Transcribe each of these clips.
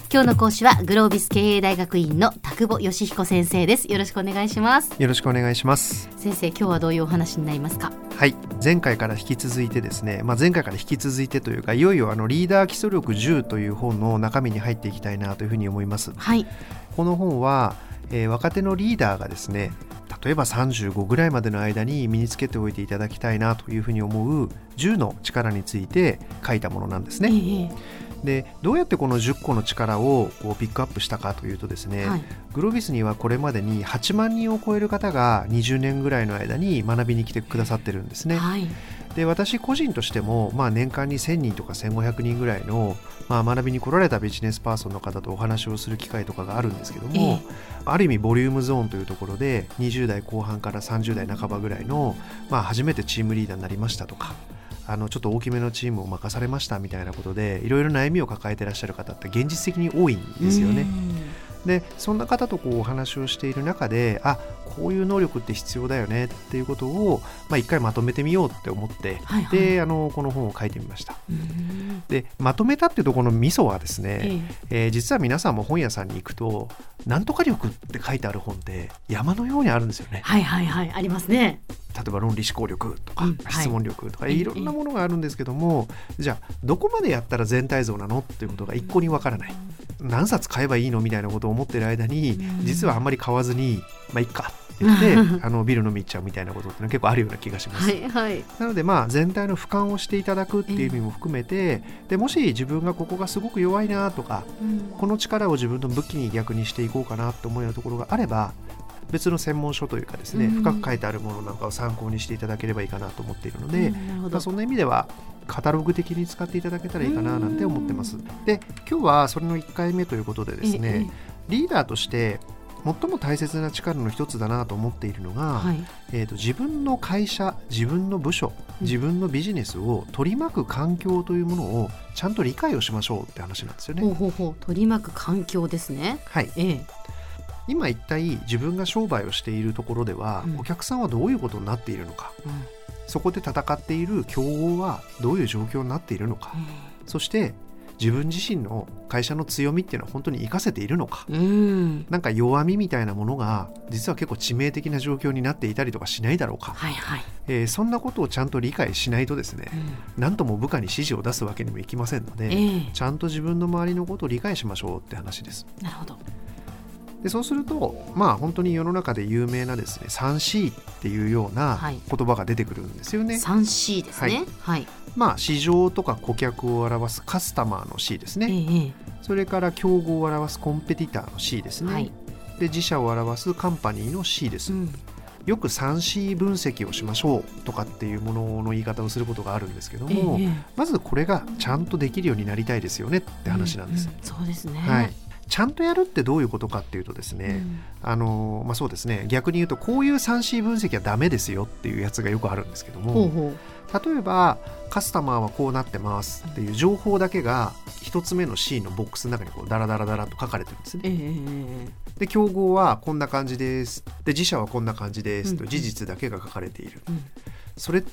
今日の講師はグロービス経営大学院の田久保義彦先生です。よろしくお願いします。 よろしくお願いします。 先生、今日はどういうお話になりますか？ はい、前回から引き続いてですね、前回から引き続いてというか、いよいよリーダー基礎力10という本の中身に入っていきたいなというふうに思います。 はい、 この本は、若手のリーダーがですね、例えば35ぐらいまでの間に身につけておいていただきたいなというふうに思う10の力について書いたものなんですね。で、どうやってこの10個の力をピックアップしたかというとですね、 はい、 グロービスにはこれまでに8万人を超える方が20年ぐらいの間に学びに来てくださってるんですね。 はい、 で、私個人としても、年間に1000人とか1500人ぐらいの、学びに来られたビジネスパーソンの方とお話をする機会とかがあるんですけども、ある意味ボリュームゾーンというところで20代後半から30代半ばぐらいの、初めてチームリーダーになりましたとか、ちょっと大きめのチームを任されましたみたいなことでいろいろ悩みを抱えていらっしゃる方って現実的に多いんですよね。で、そんな方とお話をしている中で、こういう能力って必要だよねっていうことを、一回まとめてみようって思って、 はいはい、 でこの本を書いてみました。で、まとめたっていうところのミソはですね、実は皆さんも本屋さんに行くとなんとか力って書いてある本って山のようにあるんですよね。 はいはいはい、ありますね。 例えば論理思考力とか、質問力とか、いろんなものがあるんですけども、じゃあどこまでやったら全体像なのっていうことが一向にわからない。何冊買えばいいのみたいなことを思っている間に、実はあんまり買わずにいっかって言ってビール飲み行っちゃうみたいなことって結構あるような気がします。 はいはい、 なので全体の俯瞰をしていただくっていう意味も含めて、でもし自分がここがすごく弱いなとか、この力を自分の武器に逆にしていこうかなと思うようなところがあれば、別の専門書というかですね、深く書いてあるものなんかを参考にしていただければいいかなと思っているので、そんな意味ではカタログ的に使っていただけたらいいかななんて思ってます。で、今日はそれの1回目ということでですね、リーダーとして最も大切な力の一つだなと思っているのが、自分の会社、自分の部署、自分のビジネスを取り巻く環境というものをちゃんと理解をしましょうって話なんですよね。 取り巻く環境ですね。 はい、今一体自分が商売をしているところでは、お客さんはどういうことになっているのか、そこで戦っている競合はどういう状況になっているのか、そして自分自身の会社の強みっていうのは本当に活かせているのか、なんか弱みみたいなものが実は結構致命的な状況になっていたりとかしないだろうか、そんなことをちゃんと理解しないとですね、なんとも部下に指示を出すわけにもいきませんので、ちゃんと自分の周りのことを理解しましょうって話です。 なるほど。 で、そうすると本当に世の中で有名なですね 3C っていうような言葉が出てくるんですよね。 3C ですね。 市場とか顧客を表すカスタマーの C ですね。それから競合を表すコンペティターの C ですね。で、自社を表すカンパニーの C です。よく 3C 分析をしましょうとかっていうものの言い方をすることがあるんですけども、まずこれがちゃんとできるようになりたいですよねって話なんです。 そうですね。 ちゃんとやるってどういうことかっていうとですね、そうですね、逆に言うとこういう 3C 分析はダメですよっていうやつがよくあるんですけども、例えばカスタマーはこうなってますっていう情報だけが一つ目の C のボックスの中にダラダラダラと書かれてるんですね。で、競合はこんな感じです、で自社はこんな感じですと事実だけが書かれている。それって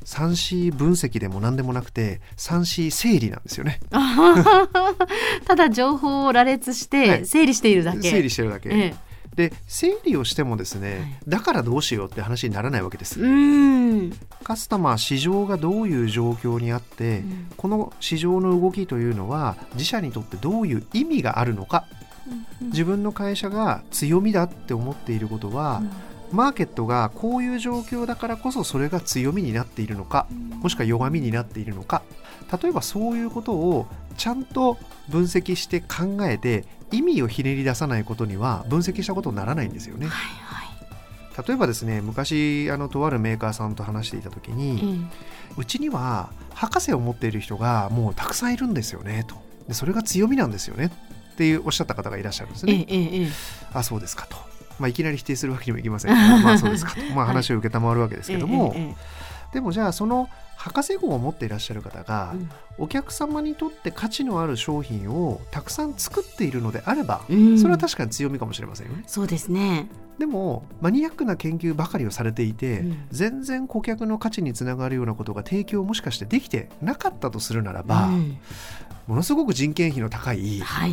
3C 分析でも何でもなくて 3C 整理なんですよね。 ただ情報を羅列して整理しているだけ、 整理してるだけ、で、整理をしてもですね、だからどうしようって話にならないわけです。カスタマー、市場がどういう状況にあって、この市場の動きというのは自社にとってどういう意味があるのか、自分の会社が強みだって思っていることは、マーケットがこういう状況だからこそそれが強みになっているのか、もしくは弱みになっているのか、例えばそういうことをちゃんと分析して考えて意味をひねり出さないことには分析したことにならないんですよね。例えばですね、昔とあるメーカーさんと話していた時に、うちには博士を持っている人がもうたくさんいるんですよねと。で、それが強みなんですよねっていうおっしゃった方がいらっしゃるんですね。そうですかと。いきなり否定するわけにもいきませんからそうですかと、話を受けたまわるわけですけども、でもじゃあその博士号を持っていらっしゃる方が、お客様にとって価値のある商品をたくさん作っているのであれば、それは確かに強みかもしれませんよね。 そうですね。 でもマニアックな研究ばかりをされていて、全然顧客の価値につながるようなことが提供もしかしてできてなかったとするならば、ものすごく人件費の高い、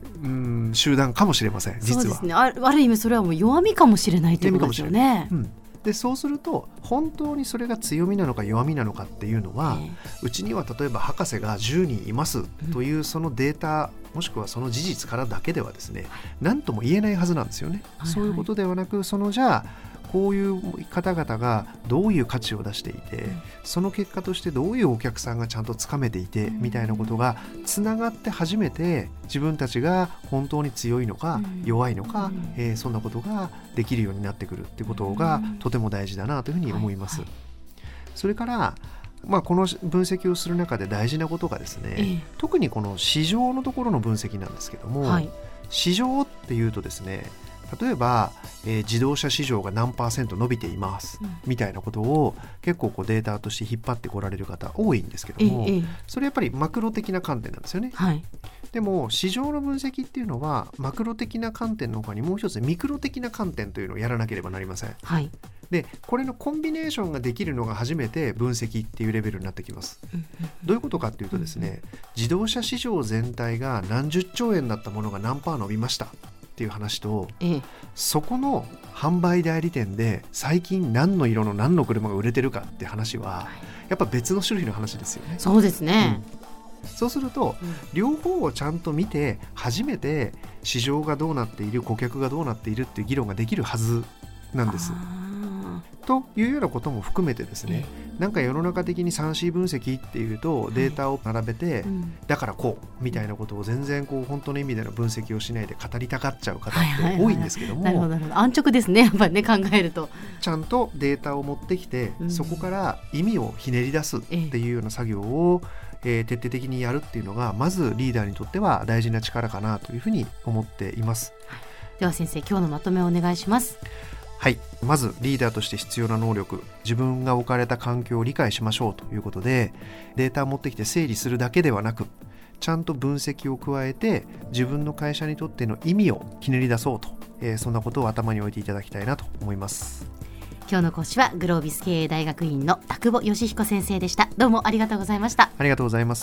集団かもしれません実は。 そうですね、ある意味それはもう弱みかもしれないということですよね。 でそうすると本当にそれが強みなのか弱みなのかっていうのは、うちには例えば博士が10人いますというそのデータ、もしくはその事実からだけではですね、何とも言えないはずなんですよね。そういうことではなく、じゃあこういう方々がどういう価値を出していて、その結果としてどういうお客さんがちゃんとつかめていてみたいなことがつながって初めて自分たちが本当に強いのか弱いのか、そんなことができるようになってくるっていうことがとても大事だなというふうに思います。それからこの分析をする中で大事なことがですね、特にこの市場のところの分析なんですけども、市場っていうとですね、例えば、自動車市場が何%伸びています、みたいなことを結構データとして引っ張ってこられる方多いんですけども、それやっぱりマクロ的な観点なんですよね。でも市場の分析っていうのはマクロ的な観点の他にもう一つミクロ的な観点というのをやらなければなりません。でこれのコンビネーションができるのが初めて分析っていうレベルになってきます。どういうことかっていうとですね、自動車市場全体が何十兆円だったものが何パー伸びましたっていう話と、そこの販売代理店で最近何の色の何の車が売れてるかって話はやっぱ別の種類の話ですよね。 そうですね、 そうすると、両方をちゃんと見て初めて市場がどうなっている、顧客がどうなっているっていう議論ができるはずなんです。というようなことも含めてですね、なんか世の中的に 3C 分析っていうとデータを並べて、だからこうみたいなことを全然本当の意味での分析をしないで語りたがっちゃう方って多いんですけども、 なるほど安直ですね、やっぱりね、考えるとちゃんとデータを持ってきて、そこから意味をひねり出すっていうような作業を、徹底的にやるっていうのがまずリーダーにとっては大事な力かなというふうに思っています。 では先生、今日のまとめをお願いします。 はい、まずリーダーとして必要な能力、自分が置かれた環境を理解しましょうということで、データを持ってきて整理するだけではなく、ちゃんと分析を加えて自分の会社にとっての意味をひねり出そうと、そんなことを頭に置いていただきたいなと思います。 今日の講師はグロービス経営大学院の田久保義彦先生でした。どうもありがとうございました。 ありがとうございます。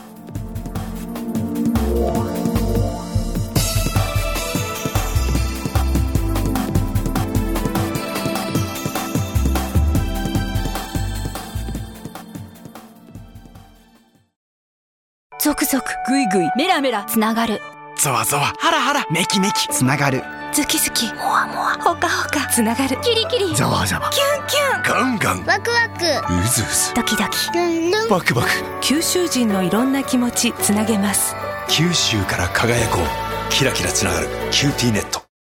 ゾクゾクグイグイメラメラつながる、 ゾワゾワハラハラメキメキつながる、 ズキズキモワモワホカホカつながる、キリキリザワザワキュンキュンガンガンワクワクうずうずドキドキルンルンバクバク、 九州人のいろんな気持ちつなげます。 九州から輝こう、キラキラつながるキューティーネット。